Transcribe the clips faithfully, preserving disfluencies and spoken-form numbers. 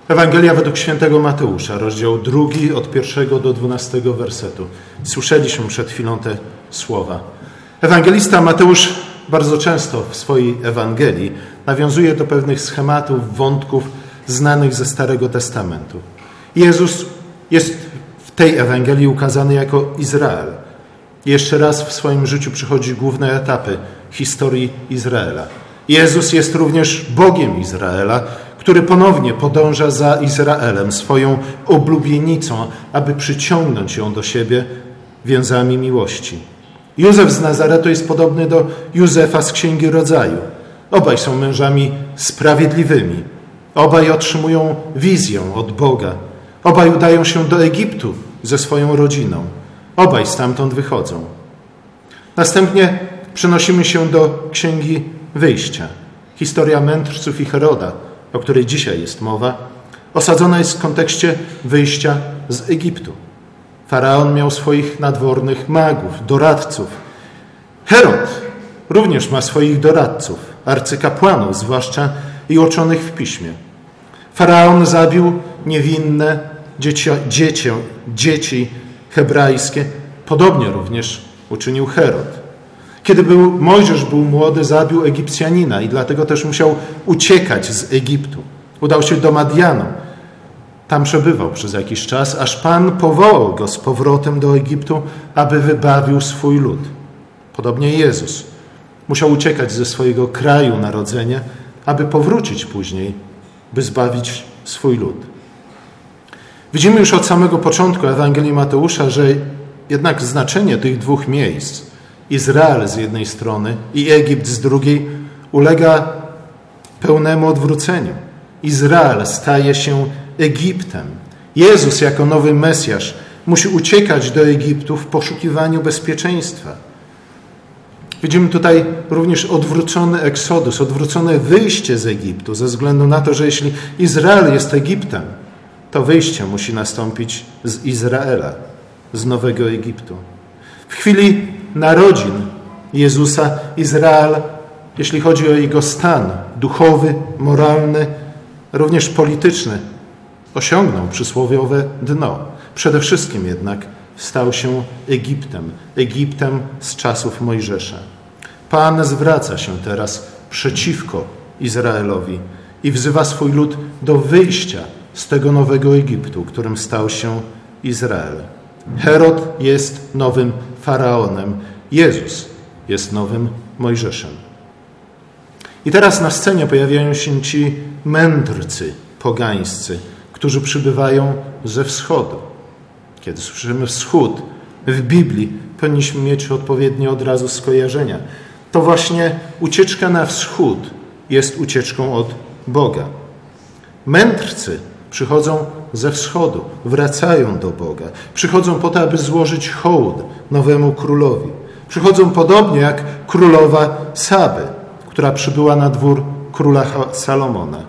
Ewangelia według świętego Mateusza, rozdział drugi, od pierwszego do dwunastego wersetu. Słyszeliśmy przed chwilą te słowa. Ewangelista Mateusz bardzo często w swojej Ewangelii nawiązuje do pewnych schematów, wątków znanych ze Starego Testamentu. Jezus jest w tej Ewangelii ukazany jako Izrael. Jeszcze raz w swoim życiu przychodzi główne etapy historii Izraela. Jezus jest również Bogiem Izraela, który ponownie podąża za Izraelem, swoją oblubienicą, aby przyciągnąć ją do siebie więzami miłości. Józef z Nazaretu jest podobny do Józefa z Księgi Rodzaju. Obaj są mężami sprawiedliwymi. Obaj otrzymują wizję od Boga. Obaj udają się do Egiptu ze swoją rodziną. Obaj stamtąd wychodzą. Następnie przenosimy się do Księgi Wyjścia. Historia mędrców i Heroda, o której dzisiaj jest mowa, osadzona jest w kontekście wyjścia z Egiptu. Faraon miał swoich nadwornych magów, doradców. Herod również ma swoich doradców, arcykapłanów, zwłaszcza i uczonych w piśmie. Faraon zabił niewinne dzieci, dzieci, dzieci hebrajskie. Podobnie również uczynił Herod. Kiedy był, Mojżesz był młody, zabił Egipcjanina i dlatego też musiał uciekać z Egiptu. Udał się do Madianu. Tam przebywał przez jakiś czas, aż Pan powołał go z powrotem do Egiptu, aby wybawił swój lud. Podobnie Jezus musiał uciekać ze swojego kraju narodzenia, aby powrócić później, by zbawić swój lud. Widzimy już od samego początku Ewangelii Mateusza, że jednak znaczenie tych dwóch miejsc, Izrael z jednej strony i Egipt z drugiej, ulega pełnemu odwróceniu. Izrael staje się Egiptem. Jezus jako nowy Mesjasz musi uciekać do Egiptu w poszukiwaniu bezpieczeństwa. Widzimy tutaj również odwrócony eksodus, odwrócone wyjście z Egiptu, ze względu na to, że jeśli Izrael jest Egiptem, to wyjście musi nastąpić z Izraela, z Nowego Egiptu. W chwili narodzin Jezusa Izrael, jeśli chodzi o jego stan duchowy, moralny, również polityczny, osiągnął przysłowiowe dno. Przede wszystkim jednak stał się Egiptem, Egiptem z czasów Mojżesza. Pan zwraca się teraz przeciwko Izraelowi i wzywa swój lud do wyjścia z tego nowego Egiptu, którym stał się Izrael. Herod jest nowym faraonem, Jezus jest nowym Mojżeszem. I teraz na scenie pojawiają się ci mędrcy pogańscy, którzy przybywają ze wschodu. Kiedy słyszymy wschód w Biblii, powinniśmy mieć odpowiednie od razu skojarzenia. To właśnie ucieczka na wschód jest ucieczką od Boga. Mędrcy przychodzą ze wschodu, wracają do Boga. Przychodzą po to, aby złożyć hołd nowemu królowi. Przychodzą podobnie jak królowa Saby, która przybyła na dwór króla Salomona.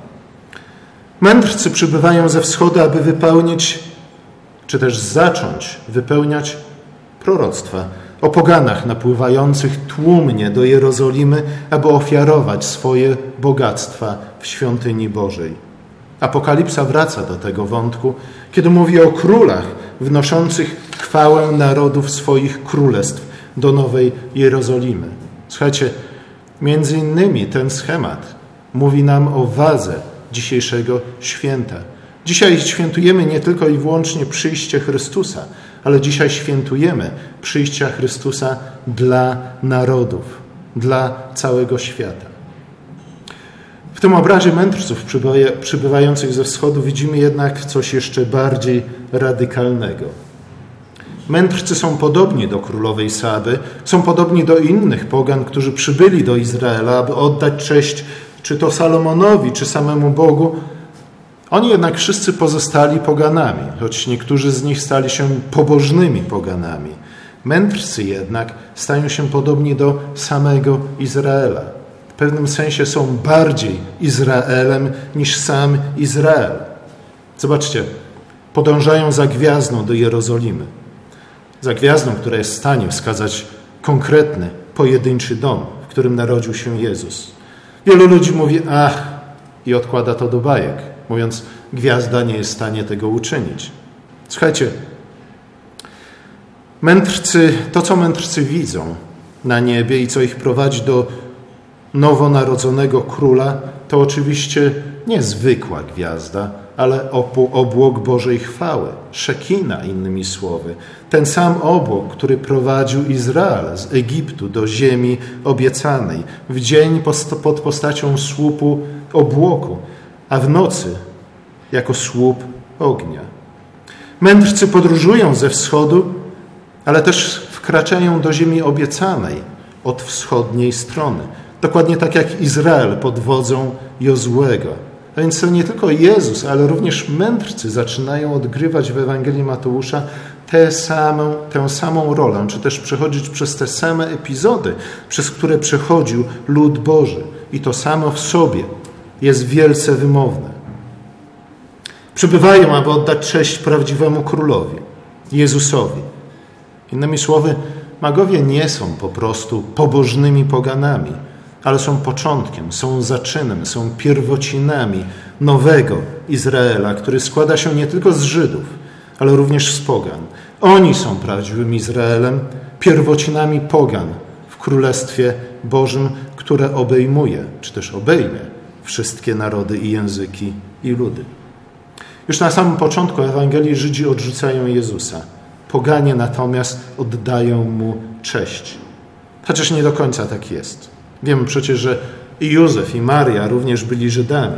Mędrcy przybywają ze wschodu, aby wypełnić, czy też zacząć wypełniać proroctwa o poganach napływających tłumnie do Jerozolimy, aby ofiarować swoje bogactwa w świątyni Bożej. Apokalipsa wraca do tego wątku, kiedy mówi o królach wnoszących chwałę narodów swoich królestw do Nowej Jerozolimy. Słuchajcie, między innymi ten schemat mówi nam o wadze dzisiejszego święta. Dzisiaj świętujemy nie tylko i wyłącznie przyjście Chrystusa, ale dzisiaj świętujemy przyjścia Chrystusa dla narodów, dla całego świata. W tym obrazie mędrców przybywających ze wschodu widzimy jednak coś jeszcze bardziej radykalnego. Mędrcy są podobni do królowej Saby, są podobni do innych pogan, którzy przybyli do Izraela, aby oddać cześć czy to Salomonowi, czy samemu Bogu. Oni jednak wszyscy pozostali poganami, choć niektórzy z nich stali się pobożnymi poganami. Mędrcy jednak stają się podobni do samego Izraela. W pewnym sensie są bardziej Izraelem niż sam Izrael. Zobaczcie, podążają za gwiazdą do Jerozolimy. Za gwiazdą, która jest w stanie wskazać konkretny, pojedynczy dom, w którym narodził się Jezus. Wielu ludzi mówi, ach, i odkłada to do bajek. mówiąc, gwiazda nie jest w stanie tego uczynić. Słuchajcie, mędrcy, to co mędrcy widzą na niebie i co ich prowadzi do nowonarodzonego króla, to oczywiście nie zwykła gwiazda, ale obłok Bożej chwały, Szekina innymi słowy. Ten sam obłok, który prowadził Izrael z Egiptu do ziemi obiecanej w dzień pod postacią słupu obłoku, a w nocy jako słup ognia. Mędrcy podróżują ze wschodu, ale też wkraczają do ziemi obiecanej od wschodniej strony. Dokładnie tak jak Izrael pod wodzą Jozłego. A więc to nie tylko Jezus, ale również mędrcy zaczynają odgrywać w Ewangelii Mateusza tę samą, tę samą rolę, czy też przechodzić przez te same epizody, przez które przechodził lud Boży. I to samo w sobie jest wielce wymowne. Przybywają, aby oddać cześć prawdziwemu królowi, Jezusowi. Innymi słowy, magowie nie są po prostu pobożnymi poganami, ale są początkiem, są zaczynem, są pierwocinami nowego Izraela, który składa się nie tylko z Żydów, ale również z pogan. Oni są prawdziwym Izraelem, pierwocinami pogan w Królestwie Bożym, które obejmuje, czy też obejmie wszystkie narody i języki i ludy. Już na samym początku Ewangelii Żydzi odrzucają Jezusa. Poganie natomiast oddają Mu cześć. Chociaż nie do końca tak jest. Wiemy przecież, że i Józef, i Maria również byli Żydami.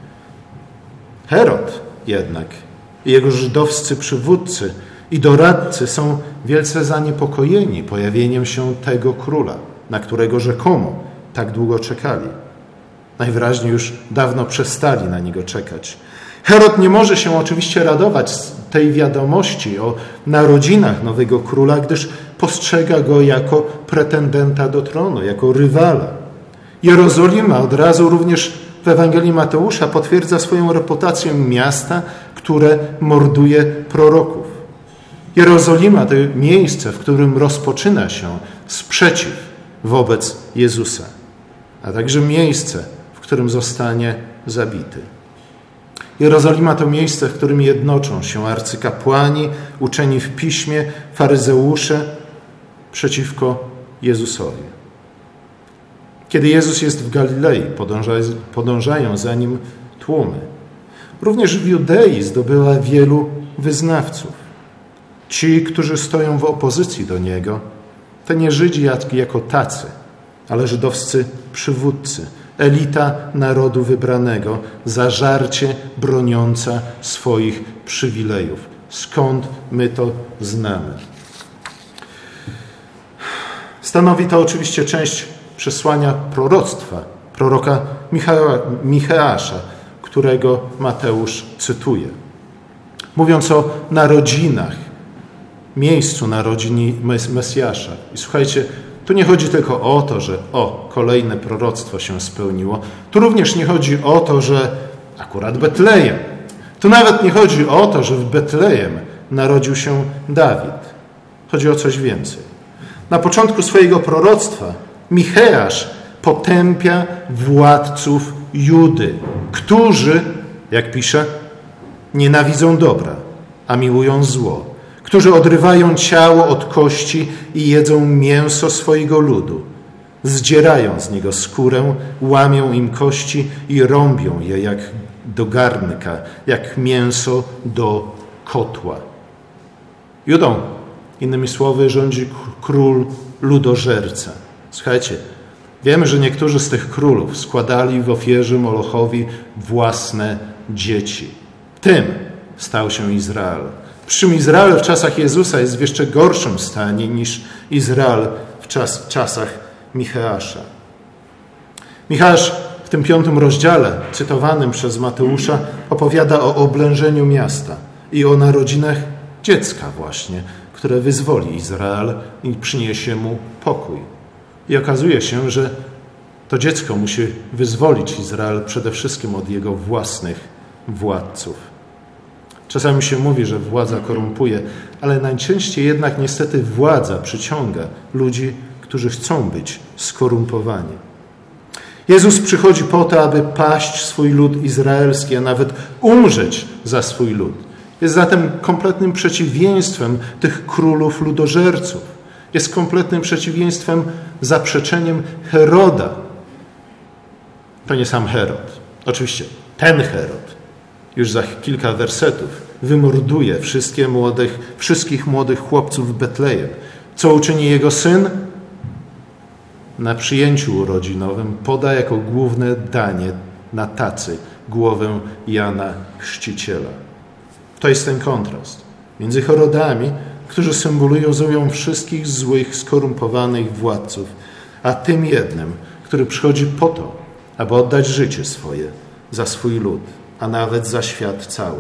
Herod jednak i jego żydowscy przywódcy i doradcy są wielce zaniepokojeni pojawieniem się tego króla, na którego rzekomo tak długo czekali. Najwyraźniej już dawno przestali na niego czekać. Herod nie może się oczywiście radować z tej wiadomości o narodzinach nowego króla, gdyż postrzega go jako pretendenta do tronu, jako rywala. Jerozolima od razu również w Ewangelii Mateusza potwierdza swoją reputację miasta, które morduje proroków. Jerozolima to miejsce, w którym rozpoczyna się sprzeciw wobec Jezusa, a także miejsce, w którym zostanie zabity. Jerozolima to miejsce, w którym jednoczą się arcykapłani, uczeni w piśmie, faryzeusze przeciwko Jezusowi. Kiedy Jezus jest w Galilei, podążają za Nim tłumy. Również w Judei zdobyła wielu wyznawców. Ci, którzy stoją w opozycji do Niego, to nie Żydzi jako tacy, ale żydowscy przywódcy, elita narodu wybranego, zażarcie broniąca swoich przywilejów. Skąd my to znamy? Stanowi to oczywiście część przesłania proroctwa, proroka Micheasza, którego Mateusz cytuje. Mówiąc o narodzinach, miejscu narodzin Mesjasza. I słuchajcie, tu nie chodzi tylko o to, że o, kolejne proroctwo się spełniło. Tu również nie chodzi o to, że akurat Betlejem. Tu nawet nie chodzi o to, że w Betlejem narodził się Dawid. Chodzi o coś więcej. Na początku swojego proroctwa Micheasz potępia władców Judy, którzy, jak pisze, nienawidzą dobra, a miłują zło, którzy odrywają ciało od kości i jedzą mięso swojego ludu, zdzierają z niego skórę, łamią im kości i rąbią je jak do garnka, jak mięso do kotła. Judą, innymi słowy, rządzi król ludożerca. Słuchajcie, wiemy, że niektórzy z tych królów składali w ofierze Molochowi własne dzieci. Tym stał się Izrael. Przy czym Izrael w czasach Jezusa jest w jeszcze gorszym stanie niż Izrael w czas, czasach Micheasza. Micheasz w tym piątym rozdziale, cytowanym przez Mateusza, opowiada o oblężeniu miasta i o narodzinach dziecka właśnie, które wyzwoli Izrael i przyniesie mu pokój. I okazuje się, że to dziecko musi wyzwolić Izrael przede wszystkim od jego własnych władców. Czasami się mówi, że władza korumpuje, ale najczęściej jednak niestety władza przyciąga ludzi, którzy chcą być skorumpowani. Jezus przychodzi po to, aby paść swój lud izraelski, a nawet umrzeć za swój lud. Jest zatem kompletnym przeciwieństwem tych królów ludożerców. Jest kompletnym przeciwieństwem, zaprzeczeniem Heroda. To nie sam Herod. Oczywiście ten Herod już za kilka wersetów wymorduje wszystkie młodych, wszystkich młodych chłopców w Betlejem. Co uczyni jego syn? Na przyjęciu urodzinowym poda jako główne danie na tacy głowę Jana Chrzciciela. To jest ten kontrast między Herodami, którzy symbolizują wszystkich złych, skorumpowanych władców, a tym jednym, który przychodzi po to, aby oddać życie swoje za swój lud, a nawet za świat cały.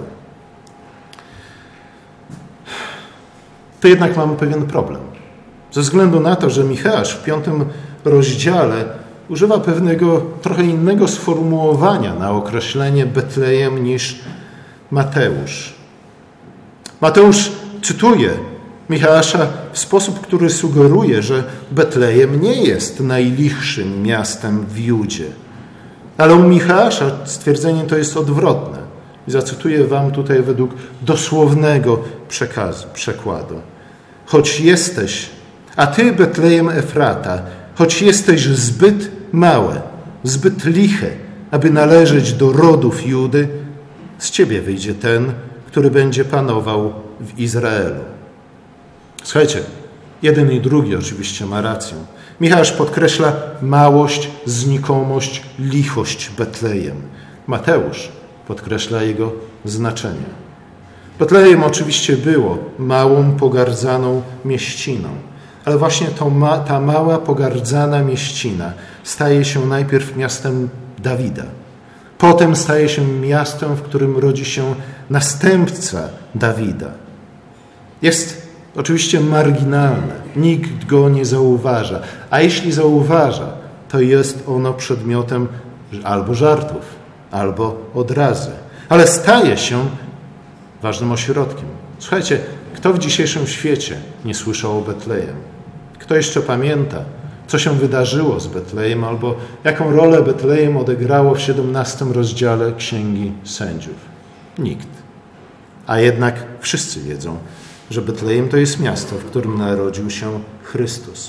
To jednak mamy pewien problem. Ze względu na to, że Micheasz w piątym rozdziale używa pewnego trochę innego sformułowania na określenie Betlejem niż Mateusz. Mateusz cytuje Micheasza w sposób, który sugeruje, że Betlejem nie jest najlichszym miastem w Judzie. Ale u Micheasza stwierdzenie to jest odwrotne. I zacytuję wam tutaj według dosłownego przekazu, przekładu. Choć jesteś, a ty, Betlejem Efrata, choć jesteś zbyt małe, zbyt liche, aby należeć do rodów Judy, z ciebie wyjdzie ten, który będzie panował w Izraelu. Słuchajcie, jeden i drugi oczywiście ma rację. Micheasz podkreśla małość, znikomość, lichość Betlejem. Mateusz podkreśla jego znaczenie. Betlejem oczywiście było małą, pogardzaną mieściną, ale właśnie to ma, ta mała, pogardzana mieścina staje się najpierw miastem Dawida. Potem staje się miastem, w którym rodzi się następca Dawida. Jest oczywiście marginalne. Nikt go nie zauważa. A jeśli zauważa, to jest ono przedmiotem albo żartów, albo odrazy. Ale staje się ważnym ośrodkiem. Słuchajcie, kto w dzisiejszym świecie nie słyszał o Betlejem? Kto jeszcze pamięta, co się wydarzyło z Betlejem, albo jaką rolę Betlejem odegrało w siedemnastym rozdziale Księgi Sędziów? Nikt. A jednak wszyscy wiedzą, że Betlejem to jest miasto, w którym narodził się Chrystus.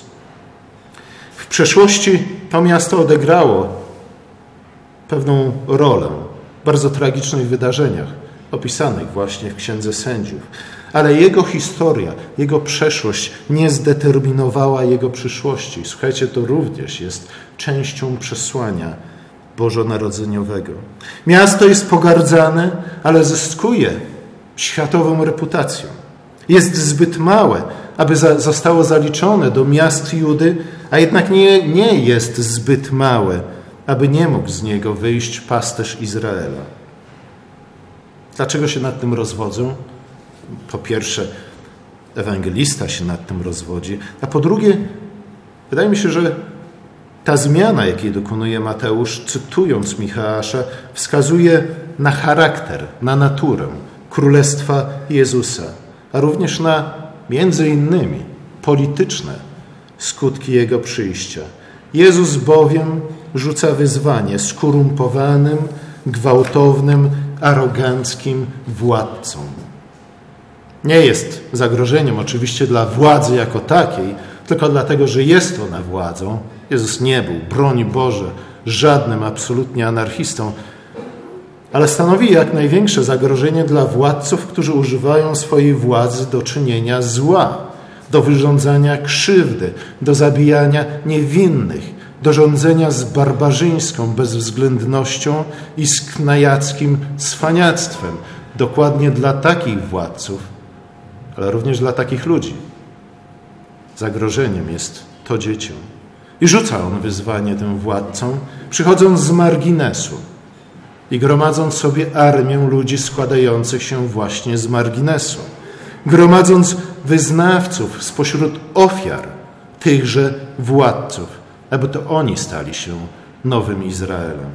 W przeszłości to miasto odegrało pewną rolę w bardzo tragicznych wydarzeniach, opisanych właśnie w Księdze Sędziów. Ale jego historia, jego przeszłość nie zdeterminowała jego przyszłości. Słuchajcie, to również jest częścią przesłania bożonarodzeniowego. Miasto jest pogardzane, ale zyskuje światową reputację. Jest zbyt małe, aby za, zostało zaliczone do miast Judy, a jednak nie, nie jest zbyt małe, aby nie mógł z niego wyjść pasterz Izraela. Dlaczego się nad tym rozwodzą? Po pierwsze, ewangelista się nad tym rozwodzi, a po drugie, wydaje mi się, że ta zmiana, jakiej dokonuje Mateusz, cytując Micheasza, wskazuje na charakter, na naturę Królestwa Jezusa, a również na, między innymi, polityczne skutki Jego przyjścia. Jezus bowiem rzuca wyzwanie skorumpowanym, gwałtownym, aroganckim władcom. Nie jest zagrożeniem oczywiście dla władzy jako takiej, tylko dlatego, że jest ona władzą. Jezus nie był, broń Boże, żadnym absolutnie anarchistą, ale stanowi jak największe zagrożenie dla władców, którzy używają swojej władzy do czynienia zła, do wyrządzania krzywdy, do zabijania niewinnych, do rządzenia z barbarzyńską bezwzględnością i z knajackim cwaniactwem. Dokładnie dla takich władców, ale również dla takich ludzi. Zagrożeniem jest to dziecię. I rzuca on wyzwanie tym władcom, przychodząc z marginesu i gromadząc sobie armię ludzi składających się właśnie z marginesu. Gromadząc wyznawców spośród ofiar tychże władców, aby to oni stali się nowym Izraelem.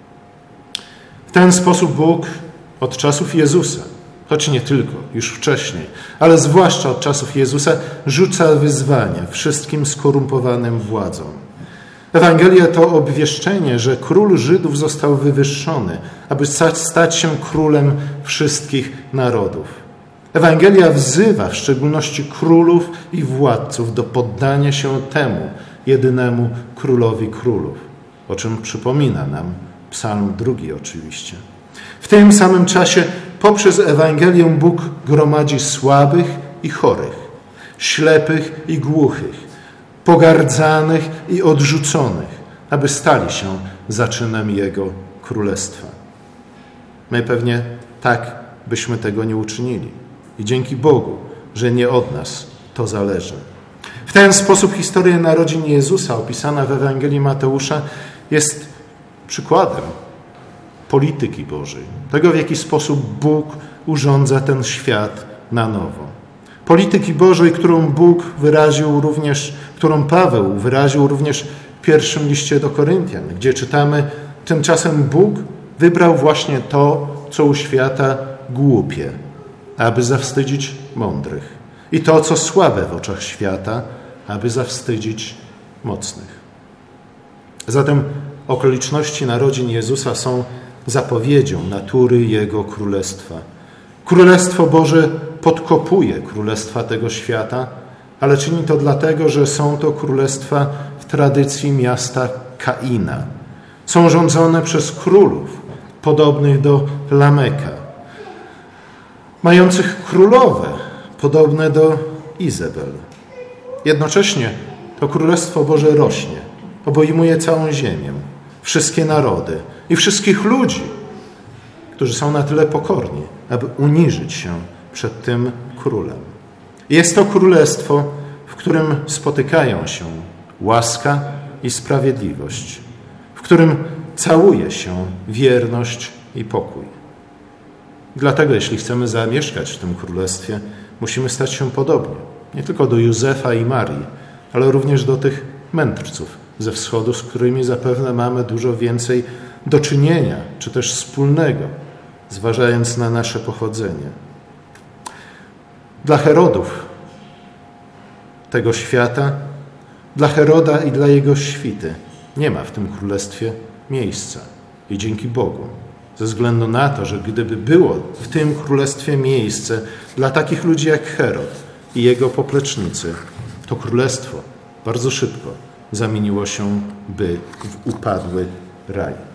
W ten sposób Bóg od czasów Jezusa, choć nie tylko, już wcześniej, ale zwłaszcza od czasów Jezusa, rzuca wyzwania wszystkim skorumpowanym władzom. Ewangelia to obwieszczenie, że król Żydów został wywyższony, aby stać się królem wszystkich narodów. Ewangelia wzywa w szczególności królów i władców do poddania się temu jedynemu królowi królów, o czym przypomina nam Psalm drugi oczywiście. W tym samym czasie poprzez Ewangelię Bóg gromadzi słabych i chorych, ślepych i głuchych, pogardzanych i odrzuconych, aby stali się zaczynem Jego Królestwa. My pewnie tak byśmy tego nie uczynili. I dzięki Bogu, że nie od nas to zależy. W ten sposób historia narodzin Jezusa opisana w Ewangelii Mateusza jest przykładem polityki Bożej. Tego, w jaki sposób Bóg urządza ten świat na nowo. Polityki Bożej, którą Bóg wyraził również, którą Paweł wyraził również w pierwszym liście do Koryntian, gdzie czytamy: tymczasem Bóg wybrał właśnie to, co u świata głupie, aby zawstydzić mądrych, i to, co słabe w oczach świata, aby zawstydzić mocnych. Zatem okoliczności narodzin Jezusa są zapowiedzią natury Jego Królestwa. Królestwo Boże podkopuje królestwa tego świata, ale czyni to dlatego, że są to królestwa w tradycji miasta Kaina. Są rządzone przez królów podobnych do Lameka, mających królowe podobne do Izabel. Jednocześnie to Królestwo Boże rośnie, obejmuje całą ziemię, wszystkie narody i wszystkich ludzi, którzy są na tyle pokorni, aby uniżyć się przed tym królem. Jest to królestwo, w którym spotykają się łaska i sprawiedliwość, w którym całuje się wierność i pokój. Dlatego, jeśli chcemy zamieszkać w tym królestwie, musimy stać się podobni, nie tylko do Józefa i Marii, ale również do tych mędrców ze wschodu, z którymi zapewne mamy dużo więcej do czynienia, czy też wspólnego, zważając na nasze pochodzenie. Dla Herodów tego świata, dla Heroda i dla jego świty nie ma w tym królestwie miejsca. I dzięki Bogu, ze względu na to, że gdyby było w tym królestwie miejsce dla takich ludzi jak Herod i jego poplecznicy, to królestwo bardzo szybko zamieniło się by w upadły raj.